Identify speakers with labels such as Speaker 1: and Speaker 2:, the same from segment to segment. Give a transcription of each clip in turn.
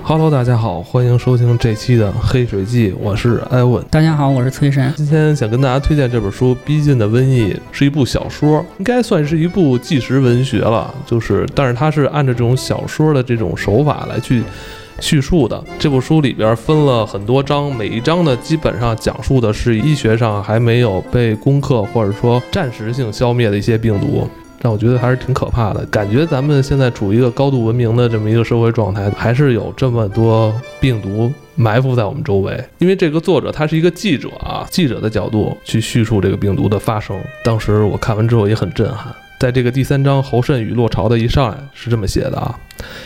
Speaker 1: Hello， 大家好，欢迎收听这期的《黑水记》，我是艾文。
Speaker 2: 大家好，我是崔神。
Speaker 1: 今天想跟大家推荐这本书《逼近的瘟疫》，是一部小说，应该算是一部纪实文学了。但是它是按照这种小说的这种手法来去叙述的。这部书里边分了很多章，每一章呢基本上讲述的是医学上还没有被攻克或者说暂时性消灭的一些病毒。但我觉得还是挺可怕的，感觉咱们现在处于一个高度文明的这么一个社会状态，还是有这么多病毒埋伏在我们周围。因为这个作者他是一个记者啊，记者的角度去叙述这个病毒的发生。当时我看完之后也很震撼。在这个第3章侯慎与落潮的一上来是这么写的啊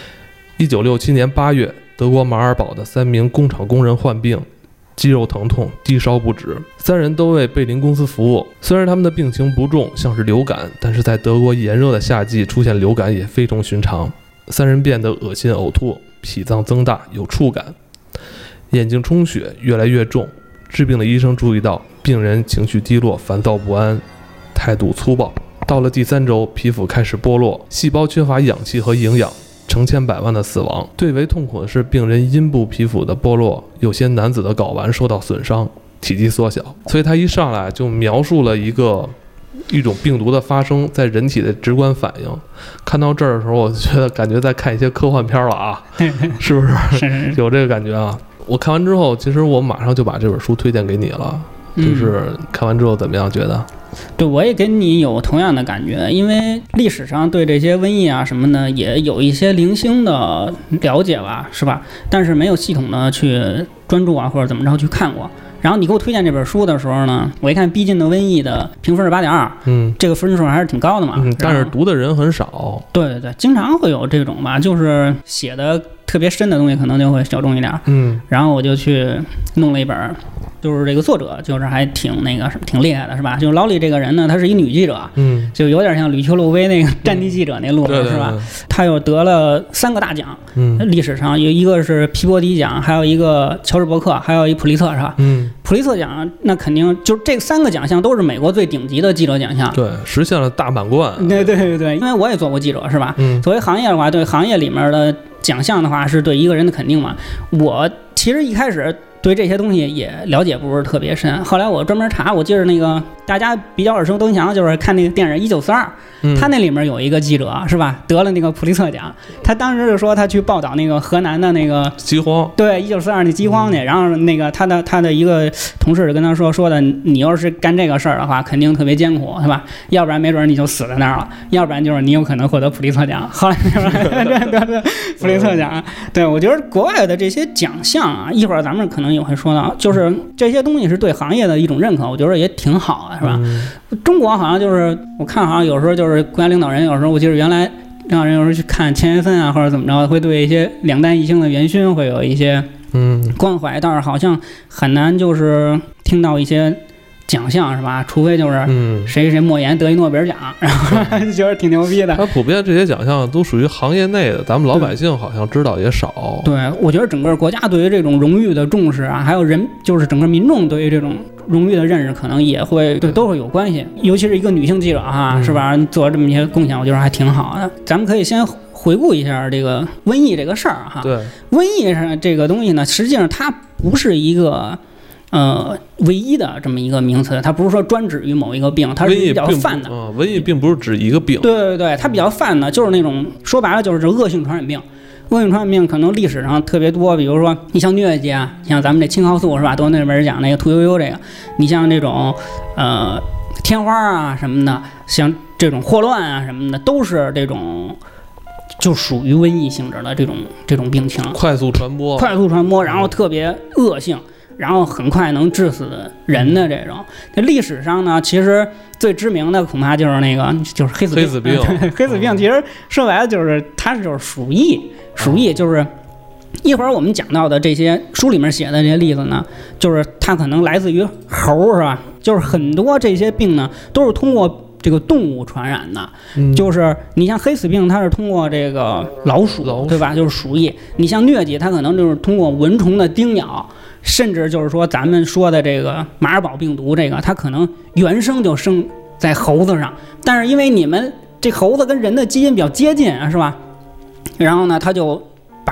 Speaker 1: ：1967年8月，德国马尔堡的3名工厂工人患病，肌肉疼痛，低烧不止，3人都为贝林公司服务。虽然他们的病情不重，像是流感，但是在德国炎热的夏季出现流感也非同寻常。3人变得恶心呕吐，脾脏增大，有触感，眼睛充血，越来越重。治病的医生注意到病人情绪低落，烦躁不安，态度粗暴。到了第3周，皮肤开始剥落，细胞缺乏氧气和营养，成千百万的死亡。最为痛苦的是病人阴部皮肤的剥落，有些男子的睾丸受到损伤，体积缩小。所以他一上来就描述了一种病毒的发生在人体的直观反应。看到这儿的时候，我觉得感觉在看一些科幻片了啊，是不是？有这个感觉啊。我看完之后，其实我马上就把这本书推荐给你了。就是看完之后怎么样觉得？
Speaker 2: 对，我也跟你有同样的感觉，因为历史上对这些瘟疫啊什么的也有一些零星的了解吧，是吧？但是没有系统的去专注啊或者怎么着去看过。然后你给我推荐这本书的时候呢，我一看《逼近的瘟疫》的评分是8.2，这个分数还是挺高的嘛。
Speaker 1: 但是读的人很少。
Speaker 2: 对，经常会有这种吧，就是写的特别深的东西可能就会小众一点。然后我就去弄了一本。就是这个作者，就是还挺厉害的，是吧？就是老李这个人呢，他是一女记者，就有点像吕秋路威那个战地记者那路子，是吧？他又得了3个大奖，历史上有一个是皮波迪奖，还有一个乔治伯克，还有一普利策，是吧？普利策奖那肯定就这3个奖项都是美国最顶级的记者奖项，
Speaker 1: 对，实现了大满贯。
Speaker 2: 对，因为我也做过记者，是吧？作为行业的话，对行业里面的奖项的话，是对一个人的肯定嘛。我其实一开始对这些东西也了解不是特别深，后来我专门查，我记得那个大家比较耳熟能详，就是看那个电影1942，他那里面有一个记者，是吧，得了那个普利策奖，他当时就说他去报道那个河南的那个
Speaker 1: 饥荒，
Speaker 2: 对1942那饥荒去，然后那个他的一个同事跟他说的，你要是干这个事儿的话，肯定特别艰苦，是吧？要不然没准你就死在那儿了，要不然就是你有可能获得普利策奖。后来对普利策奖，对，我觉得国外的这些奖项啊，一会儿咱们可能也会说到，就是这些东西是对行业的一种认可，我觉得也挺好的，是吧？中国好像就是我看好像有时候就是国家领导人，有时候我记得原来领导人有时候去看钱学森啊或者怎么着，会对一些2弹1星的元勋会有一些关怀，但是好像很难就是听到一些奖项，是吧？除非就是谁莫言得一诺贝尔奖，然后就觉得挺牛逼的。
Speaker 1: 他普遍这些奖项都属于行业内的，咱们老百姓好像知道也少。
Speaker 2: 对，我觉得整个国家对于这种荣誉的重视啊，还有就是整个民众对于这种荣誉的认识，可能也会都会有关系。尤其是一个女性记者哈，是吧？做这么一些贡献，我觉得还挺好的。咱们可以先回顾一下这个瘟疫这个事儿哈。对，瘟疫上这个东西呢，实际上它不是一个唯一的这么一个名词，它不是说专指于某一个病，它是比较泛的。
Speaker 1: 瘟疫并不是指一个病。
Speaker 2: 对，它比较泛的，就是那种说白了就是恶性传染病。恶性传染病可能历史上特别多，比如说你像疟疾啊，像咱们这青蒿素，是吧？都那边讲那个屠呦呦这个，你像这种天花啊什么的，像这种霍乱啊什么的，都是这种就属于瘟疫性质的这种病情，
Speaker 1: 快速传播，
Speaker 2: 然后特别恶性。然后很快能致死人的这种，在历史上呢，其实最知名的恐怕就是那个就是黑死病。黑死病其实说白了就是它就是鼠疫，就是一会儿我们讲到的这些书里面写的这些例子呢，就是它可能来自于猴，是吧？就是很多这些病呢都是通过这个动物传染的，就是你像黑死病，它是通过这个老鼠，对吧？就是鼠疫。你像疟疾，它可能就是通过蚊虫的叮咬。甚至就是说咱们说的这个马尔堡病毒，这个它可能原生就生在猴子上，但是因为你们这猴子跟人的基因比较接近，是吧？然后呢，它就把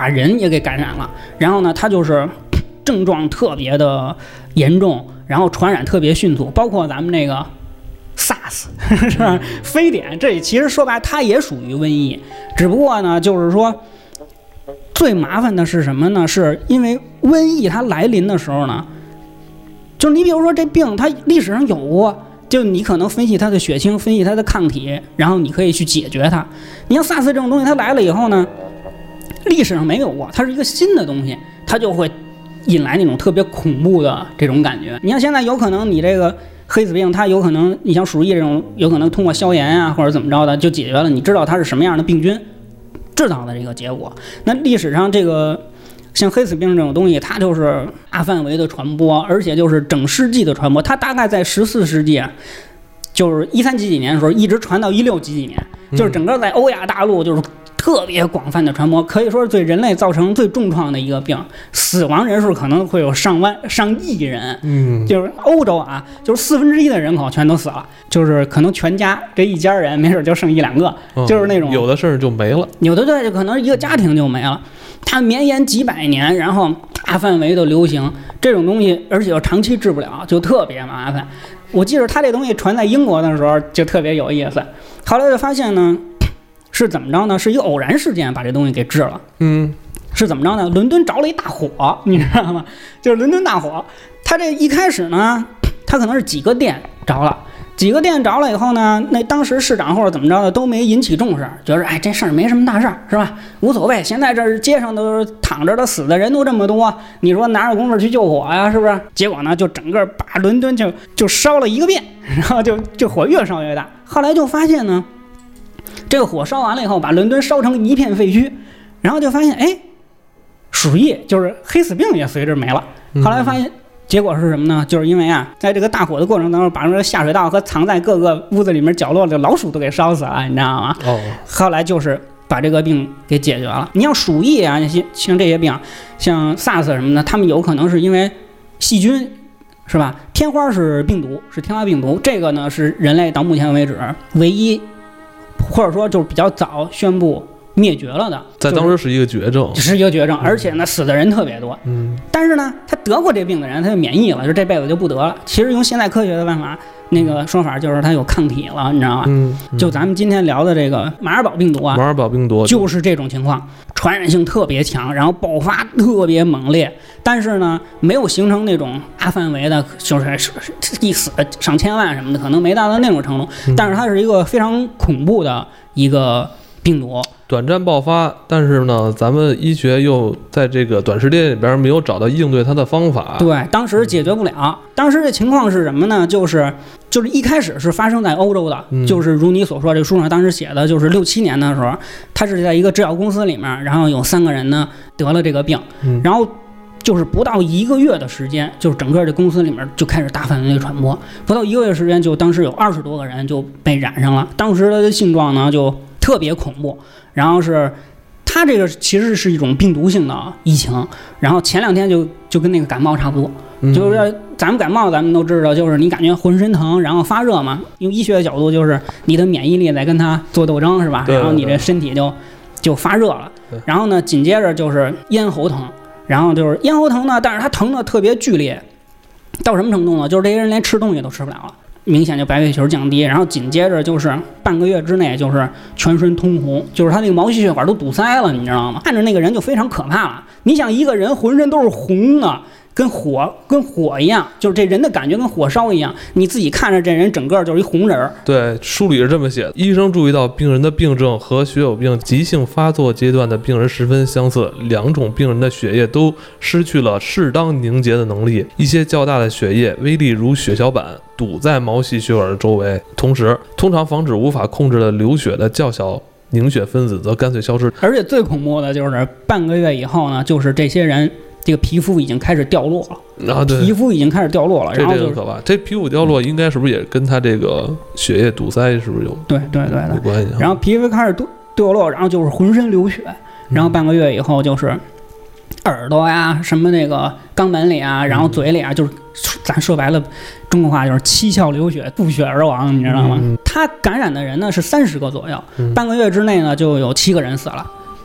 Speaker 2: 把人也给感染了。然后呢，他就是症状特别的严重，然后传染特别迅速，包括咱们那个 SARS 是吧？非典，这其实说白了它也属于瘟疫，只不过呢，就是说最麻烦的是什么呢？是因为瘟疫它来临的时候呢，就是你比如说这病它历史上有过，就你可能分析它的血清，分析它的抗体，然后你可以去解决它。你像 SARS 这种东西它来了以后呢，历史上没有过，它是一个新的东西，它就会引来那种特别恐怖的这种感觉。你像现在有可能你这个黑死病，它有可能你像鼠疫这种，有可能通过消炎啊或者怎么着的就解决了，你知道它是什么样的病菌制造的这个结果。那历史上这个像黑死病这种东西，它就是大范围的传播，而且就是整世纪的传播。它大概在14世纪，就是13几年的时候，一直传到16几年，就是整个在欧亚大陆就是特别广泛的传播，可以说是对人类造成最重创的一个病，死亡人数可能会有上亿人。就是欧洲啊，就是1/4的人口全都死了，就是可能全家这一家人没准就剩1、2个，就是那种
Speaker 1: 有的甚至就没了，
Speaker 2: 有的对，可能一个家庭就没了。它绵延几百年，然后大范围的流行这种东西，而且又长期治不了，就特别麻烦。我记得它这东西传在英国的时候就特别有意思，后来就发现呢。是怎么着呢？是一个偶然事件把这东西给治了。是怎么着呢？伦敦着了一大火，你知道吗？就是伦敦大火，它这一开始呢，它可能是几个店着了，几个店着了以后呢，那当时市长或者怎么着的都没引起重视，觉得这事儿没什么大事儿，是吧？无所谓。现在这街上都躺着的死的人都这么多，你说哪有功夫去救火呀？是不是？结果呢，就整个把伦敦就烧了一个遍，然后就火越烧越大。后来就发现呢。这个火烧完了以后，把伦敦烧成一片废墟，然后就发现，鼠疫就是黑死病也随之没了。后来发现，结果是什么呢？就是因为啊，在这个大火的过程当中，把这个下水道和藏在各个屋子里面角落的老鼠都给烧死了，你知道吗？后来就是把这个病给解决了。你像鼠疫啊，像这些病，像 SARS 什么的，他们有可能是因为细菌，是吧？天花是病毒，是天花病毒，这个呢是人类到目前为止唯一。或者说就是比较早宣布灭绝了的，
Speaker 1: 在当时是一个绝症，
Speaker 2: 是一个绝症，而且呢死的人特别多。但是呢，他得过这病的人他就免疫了，就这辈子就不得了。其实用现代科学的办法，那个说法就是他有抗体了，你知道吗？就咱们今天聊的这个马尔堡病毒啊，马
Speaker 1: 尔堡病毒
Speaker 2: 就是这种情况，传染性特别强，然后爆发特别猛烈，但是呢没有形成那种大范围的，就是一死上千万什么的，可能没达到那种程度，但是它是一个非常恐怖的一个病毒。
Speaker 1: 短暂爆发，但是呢，咱们医学又在这个短时间里边没有找到应对它的方法。
Speaker 2: 对，当时解决不了。当时这情况是什么呢？就是一开始是发生在欧洲的，就是如你所说，这书上当时写的就是6、7年的时候，他是在一个制药公司里面，然后有3个人呢得了这个病，然后就是不到1个月的时间，就是整个这公司里面就开始大范围的传播，不到1个月时间，就当时有20多个人就被染上了。当时的性状呢就特别恐怖。然后是它这个其实是一种病毒性的疫情，然后前2天就跟那个感冒差不多，就是咱们感冒咱们都知道，就是你感觉浑身疼，然后发热嘛，用医学的角度就是你的免疫力在跟它做斗争，是吧？然后你这身体就发热了，然后呢紧接着就是咽喉疼，然后就是咽喉疼呢，但是它疼的特别剧烈，到什么程度呢？就是这些人连吃东西都吃不了了。明显就白血球降低，然后紧接着就是半个月之内就是全身通红，就是他那个毛细血管都堵塞了，你知道吗？看着那个人就非常可怕了。你想一个人浑身都是红的，跟火一样，就是这人的感觉跟火烧一样，你自己看着这人整个就是一红人。
Speaker 1: 对，书里是这么写的。医生注意到病人的病症和血友病急性发作阶段的病人十分相似，2种病人的血液都失去了适当凝结的能力，一些较大的血液微粒如血小板堵在毛细血管的周围，同时通常防止无法控制的流血的较小凝血分子则干脆消失。
Speaker 2: 而且最恐怖的就是半个月以后呢，就是这些人这个皮肤已经开始掉落了，皮肤已经开始掉落了，然后
Speaker 1: 这个可怕。这皮肤掉落应该是不是也跟他这个血液堵塞是不是有
Speaker 2: 对
Speaker 1: 有关系？
Speaker 2: 然后皮肤开始掉落，然后就是浑身流血，然后半个月以后就是耳朵呀、什么那个肛门里啊，然后嘴里啊，就是咱说白了，中国话就是七窍流血，吐血而亡，你知道吗？他感染的人呢是30个左右，半个月之内呢就有7个人死了。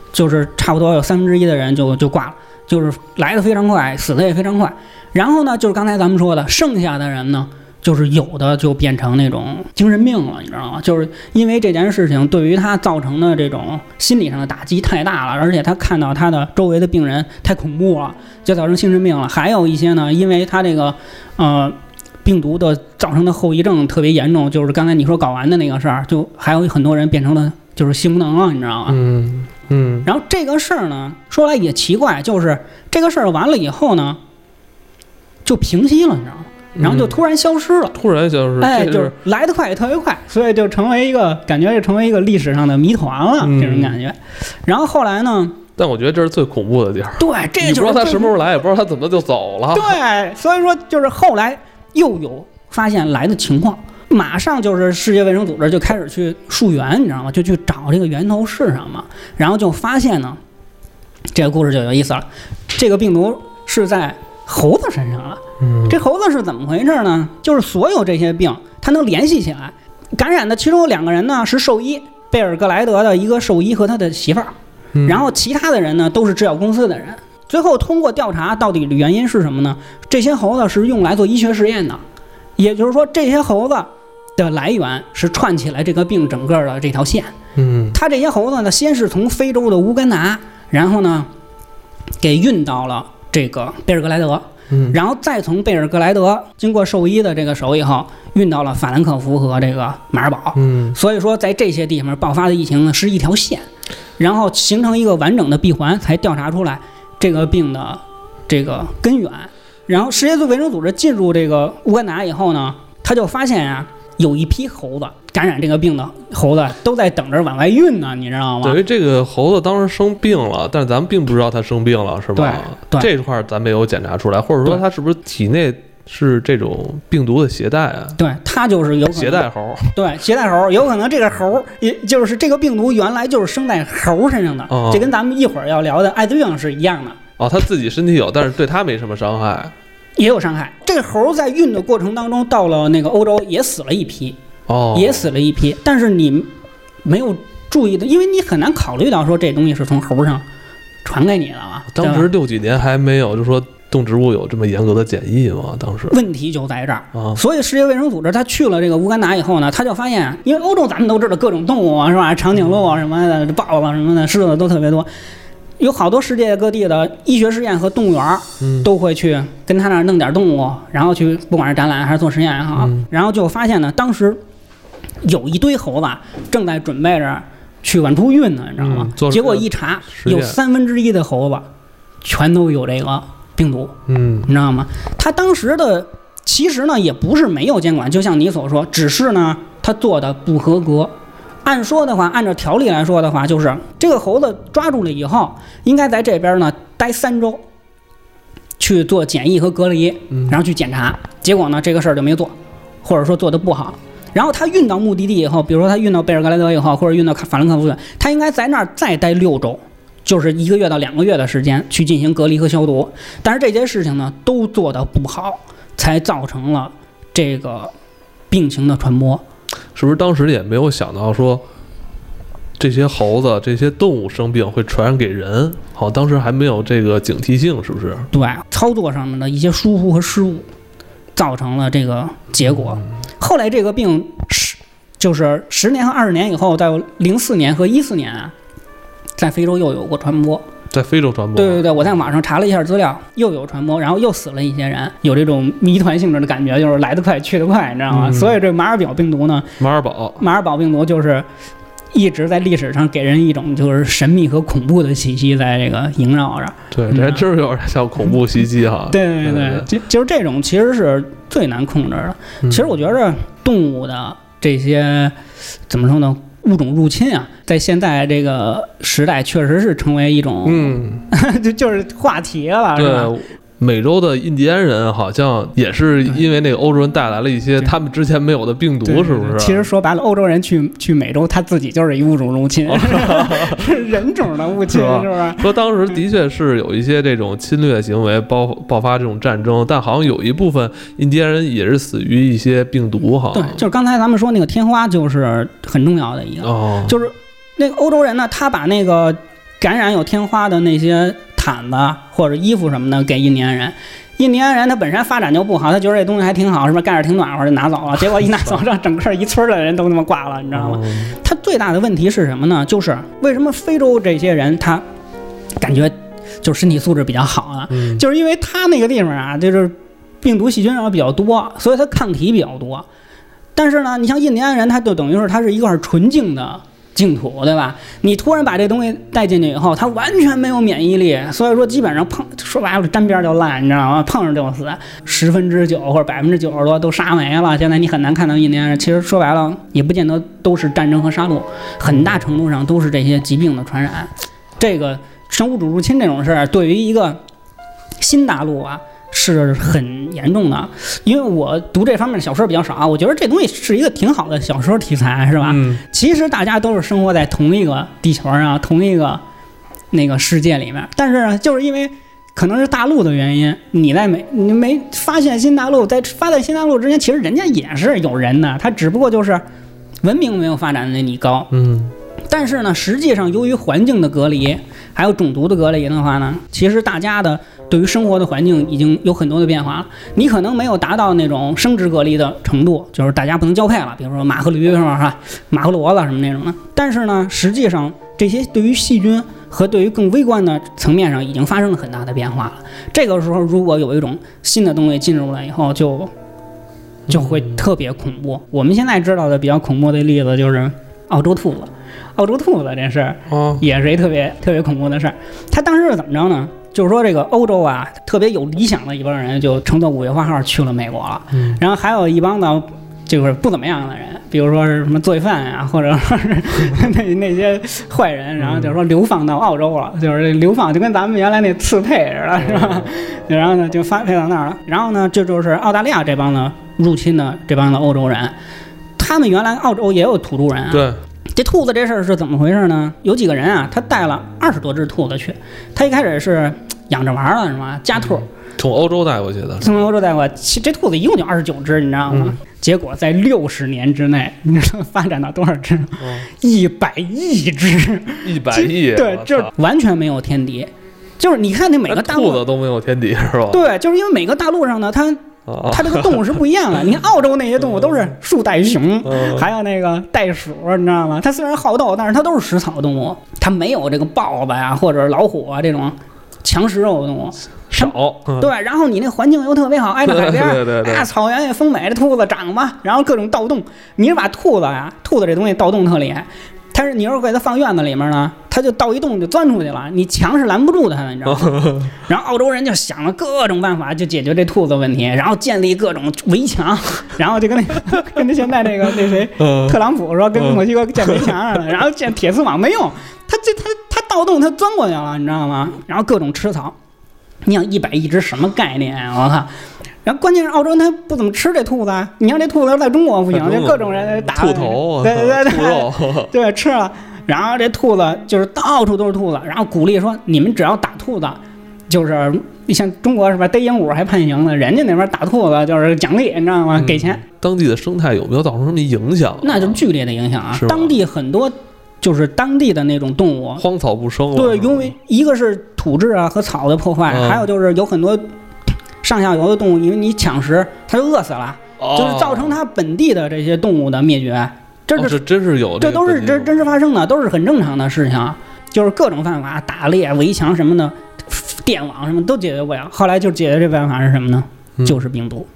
Speaker 2: 就是差不多有1/3的人就挂了，就是来的非常快，死的也非常快。然后呢，就是刚才咱们说的，剩下的人呢，就是有的就变成那种精神病了，你知道吗？就是因为这件事情对于他造成的这种心理上的打击太大了，而且他看到他的周围的病人太恐怖了，就造成精神病了。还有一些呢，因为他这个病毒的造成的后遗症特别严重，就是刚才你说睾丸的那个事儿，就还有很多人变成了就是性无能了，你知道吗？然后这个事儿呢，说来也奇怪，就是这个事儿完了以后呢，就平息了，你知道吗？然后就突然消失了，
Speaker 1: 突然消失，
Speaker 2: 哎，就是来得快也特别快，所以就成为一个感觉，就成为一个历史上的谜团了，这种感觉。然后后来呢？
Speaker 1: 但我觉得这是最恐怖的地儿。
Speaker 2: 对，这就是
Speaker 1: 你不知道他什么时候来，也不知道他怎么就走了。
Speaker 2: 对，所以说就是后来又有发现来的情况，马上就是世界卫生组织就开始去溯源，你知道吗？就去找这个源头是什么，然后就发现呢，这个故事就有意思了，这个病毒是在猴子身上了。这猴子是怎么回事呢？就是所有这些病它能联系起来，感染的其中有2个人呢是兽医，贝尔格莱德的一个兽医和他的媳妇儿，然后其他的人呢都是制药公司的人。最后通过调查到底的原因是什么呢？这些猴子是用来做医学实验的，也就是说这些猴子的来源是串起来这个病整个的这条线。它这些猴子呢，先是从非洲的乌干达，然后呢给运到了这个贝尔格莱德，然后再从贝尔格莱德经过兽医的这个手以后运到了法兰克福和这个马尔堡。所以说在这些地方爆发的疫情呢是一条线，然后形成一个完整的闭环，才调查出来这个病的这个根源。然后世界卫生组织进入这个乌干达以后呢，他就发现啊，有一批猴子感染这个病的猴子都在等着往外运呢，你知道吗？
Speaker 1: 等于这个猴子当时生病了，但是咱们并不知道它生病了，是吧？
Speaker 2: 对，
Speaker 1: 这块咱没有检查出来，或者说它是不是体内是这种病毒的携带啊？
Speaker 2: 对，它就是有可能
Speaker 1: 携带猴。对，
Speaker 2: 携带猴，有可能这个猴，也就是这个病毒原来就是生在猴身上的，这跟咱们一会儿要聊的艾滋病是一样的。
Speaker 1: 它自己身体有，但是对它没什么伤害。
Speaker 2: 也有伤害。这个猴在运的过程当中，到了那个欧洲也死了一批，也死了一批。但是你没有注意的，因为你很难考虑到说这东西是从猴上传给你的嘛。
Speaker 1: 当时60几年还没有，就说动植物有这么严格的检疫吗？当时
Speaker 2: 问题就在这儿。所以世界卫生组织他去了这个乌干达以后呢，他就发现，因为欧洲咱们都知道各种动物啊，是吧？长颈鹿啊什么的，豹子什么的，狮子都特别多。有好多世界各地的医学实验和动物园都会去跟他那儿弄点动物，然后去不管是展览还是做实验也好，然后就发现呢，当时有一堆猴子正在准备着去往出运呢，你知道吗？结果一查，有1/3的猴子全都有这个病毒，你知道吗？他当时的其实呢也不是没有监管，就像你所说，只是呢他做的不合格。按说的话，按照条例来说的话，就是这个猴子抓住了以后，应该在这边呢待3周，去做检疫和隔离，然后去检查。结果呢，这个事儿就没做，或者说做得不好。然后他运到目的地以后，比如说他运到贝尔格莱德以后，或者运到法兰克福，他应该在那儿再待6周，就是1个月到2个月的时间去进行隔离和消毒。但是这些事情呢都做得不好，才造成了这个病情的传播。
Speaker 1: 是不是当时也没有想到说这些猴子这些动物生病会传染给人？好，当时还没有这个警惕性，是不是？
Speaker 2: 对，操作上面的一些疏忽和失误造成了这个结果。后来这个病就是10年和20年以后，在04年和14年在非洲又有过传播。
Speaker 1: 在非洲传播？
Speaker 2: 对对对，我在网上查了一下资料，又有传播，然后又死了一些人，有这种谜团性质的感觉，就是来得快去得快，你知道吗？所以这马尔堡病毒呢，马尔堡病毒就是一直在历史上给人一种就是神秘和恐怖的气息在这个萦绕着。
Speaker 1: 对，这还真是有点像恐怖袭击哈。
Speaker 2: 对对对，就是这种其实是最难控制的。其实我觉得动物的这些怎么说呢？物种入侵啊，在现在这个时代确实是成为一种就是话题了，是吧？
Speaker 1: 对，美洲的印第安人好像也是因为那个欧洲人带来了一些他们之前没有的病毒，是不是？
Speaker 2: 其实说白了，欧洲人去美洲，他自己就是一物种入侵，是人种的入侵，是不是？
Speaker 1: 说当时的确是有一些这种侵略行为，爆发这种战争，但好像有一部分印第安人也是死于一些病毒，哈。
Speaker 2: 对，就是刚才咱们说那个天花，就是很重要的一个，就是那个欧洲人呢，他把那个感染有天花的那些毯子或者衣服什么的给印第安人。印第安人他本身发展就不好，他觉得这东西还挺好，是吧？盖着挺暖和就拿走了，结果一拿走，让整个一村的人都他妈挂了，你知道吗？他最大的问题是什么呢？就是为什么非洲这些人他感觉就是身体素质比较好啊？就是因为他那个地方啊，就是病毒细菌比较多，所以他抗体比较多。但是呢，你像印第安人，他就等于是他是一块纯净的净土，对吧？你突然把这东西带进去以后，它完全没有免疫力，所以说基本上说白了沾边就烂，你知道吗？碰上就死，9%或者90%多都杀没了。现在你很难看到印第安人，其实说白了也不见得都是战争和杀戮，很大程度上都是这些疾病的传染。这个生物主入侵这种事儿，对于一个新大陆啊是很严重的。因为我读这方面的小说比较少，我觉得这东西是一个挺好的小说题材，是吧？其实大家都是生活在同一个地球上，同一个那个世界里面，但是呢，就是因为可能是大陆的原因，你没发现新大陆，在发现新大陆之前，其实人家也是有人的，他只不过就是文明没有发展的你高。但是呢，实际上由于环境的隔离，还有种族的隔离的话呢，其实大家的对于生活的环境已经有很多的变化了。你可能没有达到那种生殖隔离的程度，就是大家不能交配了，比如说马和驴是吧，马和骡子什么那种的。但是呢，实际上这些对于细菌和对于更微观的层面上已经发生了很大的变化了。这个时候，如果有一种新的东西进入了以后，就会特别恐怖。我们现在知道的比较恐怖的例子就是澳洲兔子。澳洲兔子这事儿也是一特别特别恐怖的事儿。他当时是怎么着呢？就是说这个欧洲啊，特别有理想的一帮人就乘坐5月花号去了美国了。然后还有一帮的就是不怎么样的人，比如说是什么罪犯啊，或者说是那些坏人，然后就说流放到澳洲了，就是流放就跟咱们原来那刺配似的，是吧？然后呢就发配到那儿了。然后呢，这就是澳大利亚这帮的入侵的这帮的欧洲人，他们原来澳洲也有土著人啊。
Speaker 1: 对。
Speaker 2: 这兔子这事儿是怎么回事呢？有几个人啊，他带了20多只兔子去。他一开始是养着玩了，是吗？家兔，
Speaker 1: 从欧洲带过去的。
Speaker 2: 从欧洲带过，这兔子一共就29只，你知道吗？结果在60年之内，你知道发展到多少只？100亿只
Speaker 1: ，100亿。
Speaker 2: 对，这完全没有天敌。就是你看那每个大陆
Speaker 1: 兔子都没有天敌是吧？
Speaker 2: 对，就是因为每个大陆上呢，它这个动物是不一样的。你看澳洲那些动物都是树袋熊，还有那个袋鼠，你知道吗？它虽然好斗，但是它都是食草动物，它没有这个豹子呀或者老虎啊这种强食肉的动物
Speaker 1: 少。
Speaker 2: 对，然后你那环境又特别好，挨着海边，
Speaker 1: 对，
Speaker 2: 草原也丰美，这兔子长吧，然后各种盗洞。你是把兔子这东西盗洞特厉害。但是你要是给它放院子里面呢，它就盗一洞就钻出去了，你墙是拦不住它的，你知道吗？然后澳洲人就想了各种办法就解决这兔子问题，然后建立各种围墙，然后就跟那现在那谁特朗普说跟墨西哥建围墙似的，然后建铁丝网没用，他盗洞他钻过去了，你知道吗？然后各种吃草，你想100亿只什么概念啊？我靠！然后关键是澳洲人他不怎么吃这兔子，你看这兔子在中国不行，就各种人打
Speaker 1: 兔头，
Speaker 2: 对，
Speaker 1: 兔肉，
Speaker 2: 对，吃了。然后这兔子就是到处都是兔子，然后鼓励说你们只要打兔子，就是像中国是吧，逮鹦鹉还判刑的，人家那边打兔子就是奖励，你知道吗？给钱。
Speaker 1: 当地的生态有没有造成什么影响？
Speaker 2: 那就剧烈的影响啊！当地很多就是当地的那种动物
Speaker 1: 荒草不生了。
Speaker 2: 对，因为一个是土质啊和草的破坏，还有就是有很多上下游的动物，因为你抢食，它就饿死了，就是造成它本地的这些动物的灭绝。
Speaker 1: 这真是有，
Speaker 2: 这都是真实发生的，都是很正常的事情。就是各种办法，打猎、围墙什么的，电网什么都解决不了。后来就解决这办法是什么呢？就是病毒，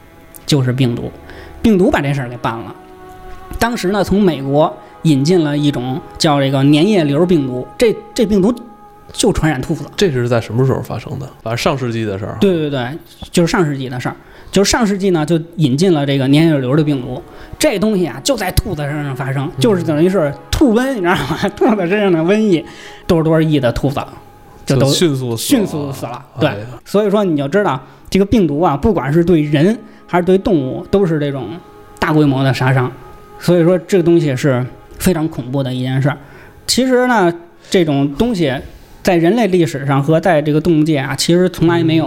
Speaker 2: 病毒把这事儿给办了。当时呢，从美国引进了一种叫这个粘液瘤病毒，这病毒就传染兔子。
Speaker 1: 这是在什么时候发生的？反正上世纪的事儿。
Speaker 2: 对，就是上世纪的事儿。就是上世纪呢，就引进了这个粘液瘤的病毒，这东西啊就在兔子身上发生，就是等于是兔瘟，你知道吗？兔子身上的瘟疫，多少亿的兔子就都迅速死了。对，所以说你就知道这个病毒啊，不管是对人还是对动物，都是这种大规模的杀伤。所以说这个东西是非常恐怖的一件事。其实呢，这种东西在人类历史上和在这个动物界啊，其实从来没有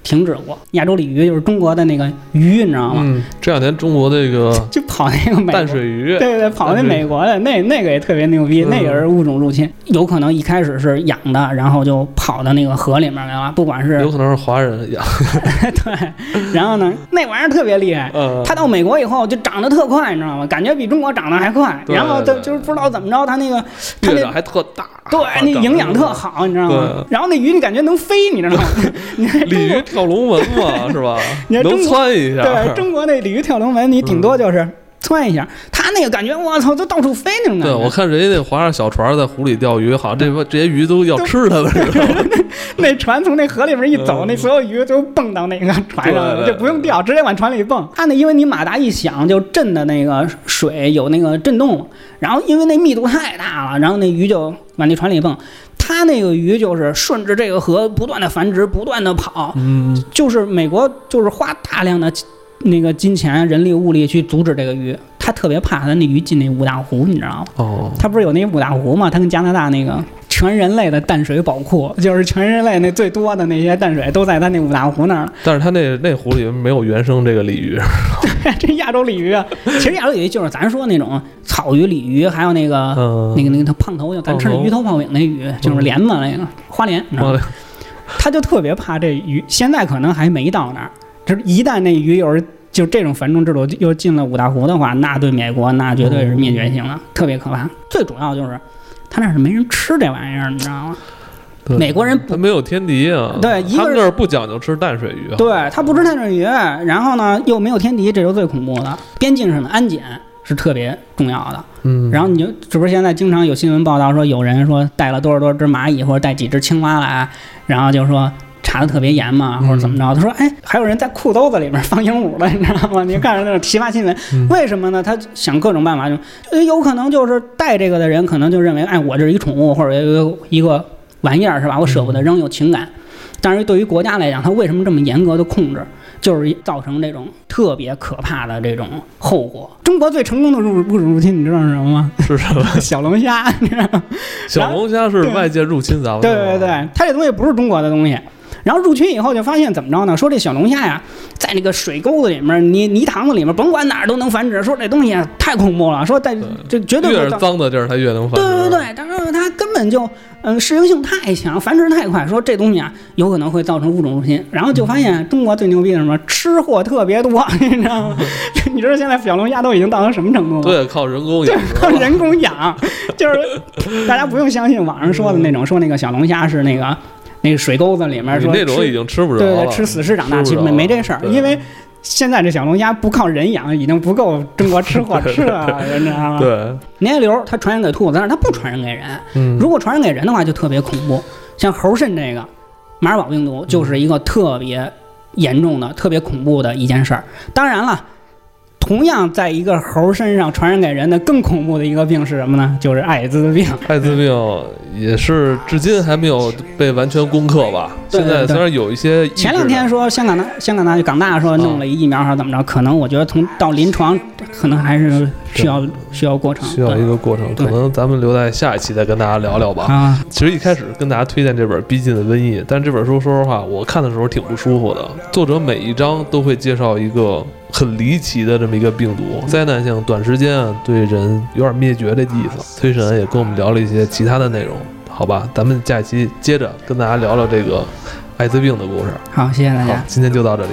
Speaker 2: 停止过。亚洲鲤鱼就是中国的那个鱼，你知道吗？
Speaker 1: 这两年中国这个
Speaker 2: 就跑那个美国
Speaker 1: 淡水鱼，
Speaker 2: 对，跑那美国的那个也特别牛逼，那也是物种入侵，有可能一开始是养的，然后就跑到那个河里面来了，不管是
Speaker 1: 有可能是华人养，
Speaker 2: 对，然后呢，那玩意儿特别厉害，它到美国以后就长得特快，你知道吗？感觉比中国长得还快，然后就是不知道怎么着，它那
Speaker 1: 月亮还特大，
Speaker 2: 对，那营养特好，你知道吗？然后那鱼你感觉能飞，你知道吗？
Speaker 1: 鲤鱼跳龙门嘛，是吧？能窜一下。
Speaker 2: 对，中国那鲤鱼跳龙门，你顶多就是窜一下，他那个感觉，我操，都到处飞那种感觉。
Speaker 1: 对，我看人家那划着小船在湖里钓鱼，好像这些鱼都要吃它了似的。
Speaker 2: 那船从那河里面一走，那所有鱼都蹦到那个船上，就不用钓，直接往船里蹦。它那因为你马达一响，就震的那个水有那个震动，然后因为那密度太大了，然后那鱼就往那船里蹦。它那个鱼就是顺着这个河不断的繁殖，不断的跑，就是美国就是花大量的那个金钱、人力、物力去阻止这个鱼，他特别怕他那鱼进那五大湖，你知道吗？
Speaker 1: 哦，
Speaker 2: 他不是有那五大湖吗？他跟加拿大那个全人类的淡水宝库，就是全人类那最多的那些淡水都在他那五大湖那儿。
Speaker 1: 但是他那湖里没有原生这个鲤鱼。
Speaker 2: 对，这亚洲鲤鱼啊，其实亚洲鲤鱼就是咱说那种草鱼、鲤鱼，还有那个它胖头，就咱吃那鱼头泡饼那鱼，就是莲子那个花莲，你知道吗？他就特别怕这鱼，现在可能还没到那儿。就是一旦那鱼有人就这种繁殖制度又进了五大湖的话，那对美国那绝对是灭绝性的，特别可怕。最主要就是他那是没人吃这玩意儿，你知道吗？美国人
Speaker 1: 他没有天敌啊，
Speaker 2: 对，
Speaker 1: 他们那儿不讲究吃淡水鱼，
Speaker 2: 对他不吃淡水鱼，然后呢又没有天敌，这就是最恐怖的。边境上的安检是特别重要的，然后你这不是现在经常有新闻报道说有人说带了多少只蚂蚁或者带几只青蛙来，然后就说查的特别严嘛，或者怎么着？他说，哎，还有人在裤兜子里面放鹦鹉了，你知道吗？你看着那种奇葩新闻，为什么呢？他想各种办法，就有可能就是带这个的人可能就认为，哎，我这是一宠物或者一个玩意儿是吧？我舍不得扔，有情感。但是对于国家来讲，他为什么这么严格的控制？就是造成这种特别可怕的这种后果。中国最成功的物种入侵，你知道是什么吗？
Speaker 1: 是什么？
Speaker 2: 小龙虾，你知道吗？
Speaker 1: 小龙虾是外界入侵咱们的。
Speaker 2: 对对对，它这东西不是中国的东西。然后入侵以后就发现怎么着呢？说这小龙虾呀，在那个水沟子里面、泥塘子里面，甭管哪儿都能繁殖。说这东西啊太恐怖了，说在这绝对
Speaker 1: 越是脏的地儿它越能繁殖。
Speaker 2: 对对对，但是它根本就适应性太强，繁殖太快。说这东西啊有可能会造成物种入侵。然后就发现中国最牛逼的什么，吃货特别多，你知道吗？你知道现在小龙虾都已经到了什么程度吗？
Speaker 1: 对，靠人工养，
Speaker 2: 靠人工养，就是大家不用相信网上说的那种，说那个小龙虾是那个水沟子里面说
Speaker 1: 那种已经吃不着了，
Speaker 2: 对，吃死尸长大，其实没这事儿，因为现在这小龙虾不靠人养，已经不够中国吃货吃了，你知道吗？
Speaker 1: 对，
Speaker 2: 粘瘤它传染给兔子，但是它不传染给人。如果传染给人的话，就特别恐怖。像猴肾这个马尔堡病毒，就是一个特别严重的、特别恐怖的一件事儿。当然了。同样在一个猴身上传染给人的更恐怖的一个病是什么呢？就是艾滋病。
Speaker 1: 艾滋病也是至今还没有被完全攻克吧？
Speaker 2: 对对对，
Speaker 1: 现在虽然有一些，
Speaker 2: 前两天说香港大港大说弄了一疫苗还是怎么着，可能我觉得到临床可能还是需要过程，
Speaker 1: 需要一个过程，可能咱们留在下一期再跟大家聊聊吧。
Speaker 2: 啊，
Speaker 1: 其实一开始跟大家推荐这本《逼近的瘟疫》，但这本书说实话，我看的时候挺不舒服的。作者每一章都会介绍一个很离奇的这么一个病毒，灾难性，短时间对人有点灭绝的意思。崔神也跟我们聊了一些其他的内容，好吧，咱们下一期接着跟大家聊聊这个艾滋病的故事。
Speaker 2: 好，谢谢大家，
Speaker 1: 今天就到这里。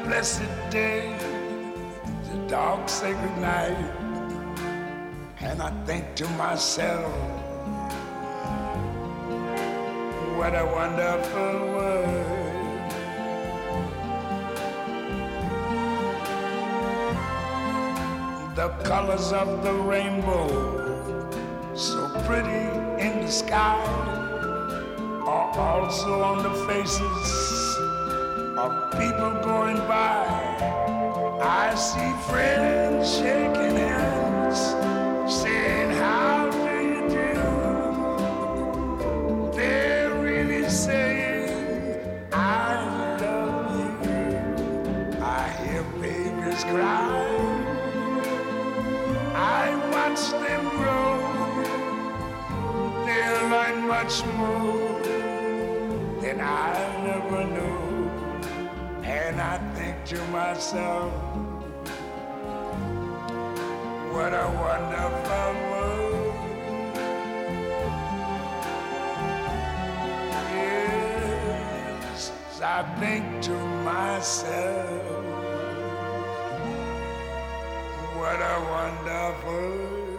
Speaker 3: And I think to myself, what a wonderful world. The colors of the rainbow, so pretty in the sky, are also on the faces of people going by. I see friends shaking hands, saying, how do you do? They're really saying, I love you. I hear babies cry, I watch them grow. They'll learn much more than I never knew. And I think to myself, what a wonderful world. Yes, I think to myself, what a wonderful